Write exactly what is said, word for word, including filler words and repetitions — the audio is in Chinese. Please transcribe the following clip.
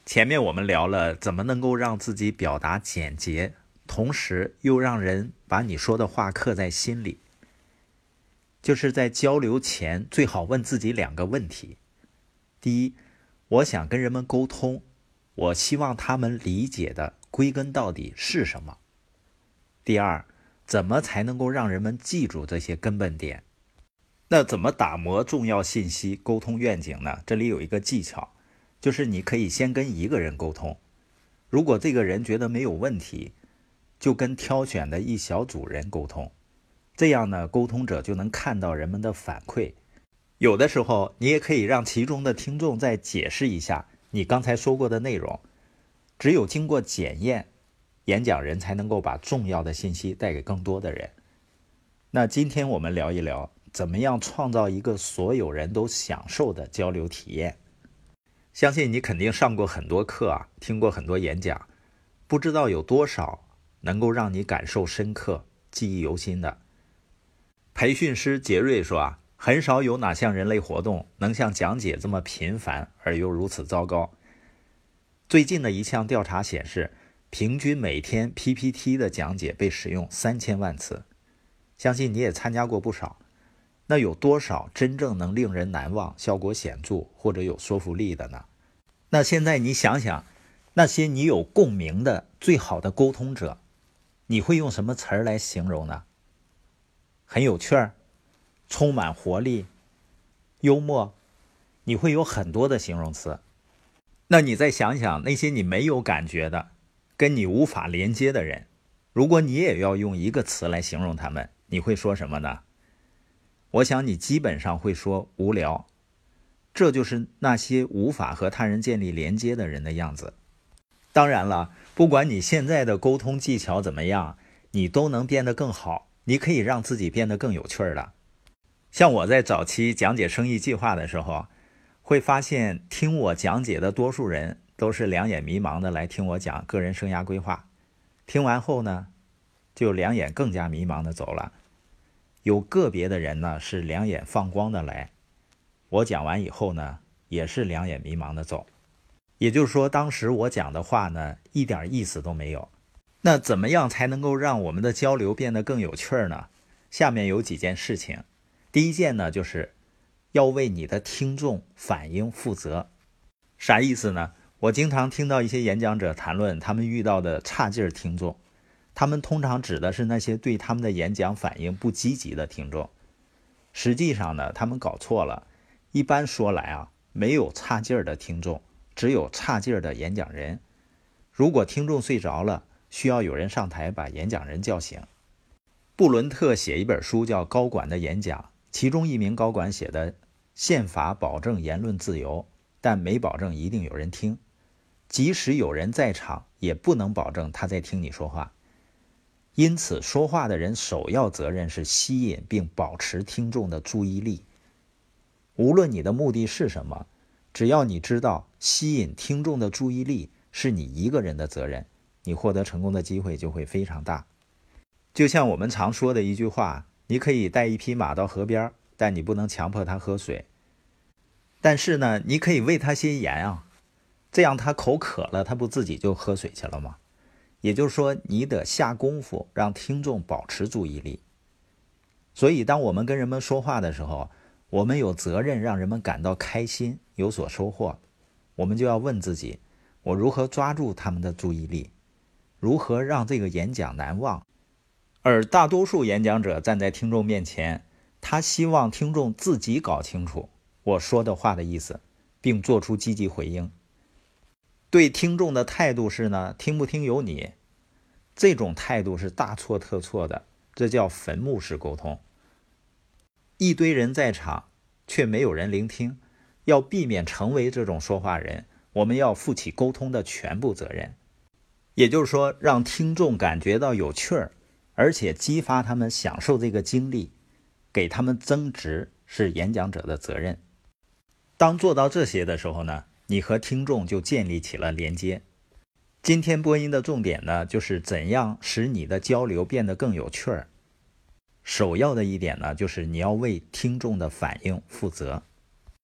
前面我们聊了怎么能够让自己表达简洁，同时又让人把你说的话刻在心里。就是在交流前最好问自己两个问题。第一，我想跟人们沟通，我希望他们理解的归根到底是什么？第二，怎么才能够让人们记住这些根本点？那怎么打磨重要信息，沟通愿景呢？这里有一个技巧，就是你可以先跟一个人沟通，如果这个人觉得没有问题，就跟挑选的一小组人沟通，这样呢，沟通者就能看到人们的反馈。有的时候你也可以让其中的听众再解释一下你刚才说过的内容，只有经过检验，演讲人才能够把重要的信息带给更多的人。那今天我们聊一聊怎么样创造一个所有人都享受的交流体验。相信你肯定上过很多课啊，听过很多演讲，不知道有多少能够让你感受深刻、记忆犹新的。培训师杰瑞说啊，很少有哪项人类活动能像讲解这么频繁而又如此糟糕。最近的一项调查显示，平均每天 P P T 的讲解被使用三千万次。相信你也参加过不少，那有多少真正能令人难忘、效果显著或者有说服力的呢？那现在你想想，那些你有共鸣的最好的沟通者，你会用什么词儿来形容呢？很有趣儿，充满活力，幽默，你会有很多的形容词。那你再想想那些你没有感觉的，跟你无法连接的人，如果你也要用一个词来形容他们，你会说什么呢？我想你基本上会说无聊。这就是那些无法和他人建立连接的人的样子。当然了，不管你现在的沟通技巧怎么样，你都能变得更好，你可以让自己变得更有趣的。像我在早期讲解生意计划的时候，会发现听我讲解的多数人都是两眼迷茫的来听我讲个人生涯规划，听完后呢，就两眼更加迷茫的走了。有个别的人呢是两眼放光的来，我讲完以后呢，也是两眼迷茫的走。也就是说，当时我讲的话呢，一点意思都没有。那怎么样才能够让我们的交流变得更有趣呢？下面有几件事情。第一件呢，就是要为你的听众反应负责。啥意思呢？我经常听到一些演讲者谈论他们遇到的差劲听众，他们通常指的是那些对他们的演讲反应不积极的听众。实际上呢，他们搞错了。一般说来啊，没有差劲的听众，只有差劲的演讲人。如果听众睡着了，需要有人上台把演讲人叫醒。布伦特写一本书叫《高管的演讲》，其中一名高管写的，宪法保证言论自由，但没保证一定有人听。即使有人在场，也不能保证他在听你说话。因此，说话的人首要责任是吸引并保持听众的注意力。无论你的目的是什么，只要你知道吸引听众的注意力是你一个人的责任，你获得成功的机会就会非常大。就像我们常说的一句话，你可以带一匹马到河边，但你不能强迫它喝水。但是呢，你可以喂它些盐啊，这样它口渴了，它不自己就喝水去了吗？也就是说，你得下功夫让听众保持注意力。所以当我们跟人们说话的时候，我们有责任让人们感到开心，有所收获。我们就要问自己，我如何抓住他们的注意力，如何让这个演讲难忘。而大多数演讲者站在听众面前，他希望听众自己搞清楚我说的话的意思，并做出积极回应。对听众的态度是呢，听不听由你。这种态度是大错特错的，这叫坟墓式沟通。一堆人在场，却没有人聆听。要避免成为这种说话人，我们要负起沟通的全部责任。也就是说，让听众感觉到有趣儿，而且激发他们享受这个经历，给他们增值，是演讲者的责任。当做到这些的时候呢，你和听众就建立起了连接。今天播音的重点呢，就是怎样使你的交流变得更有趣儿。首要的一点呢，就是你要为听众的反应负责。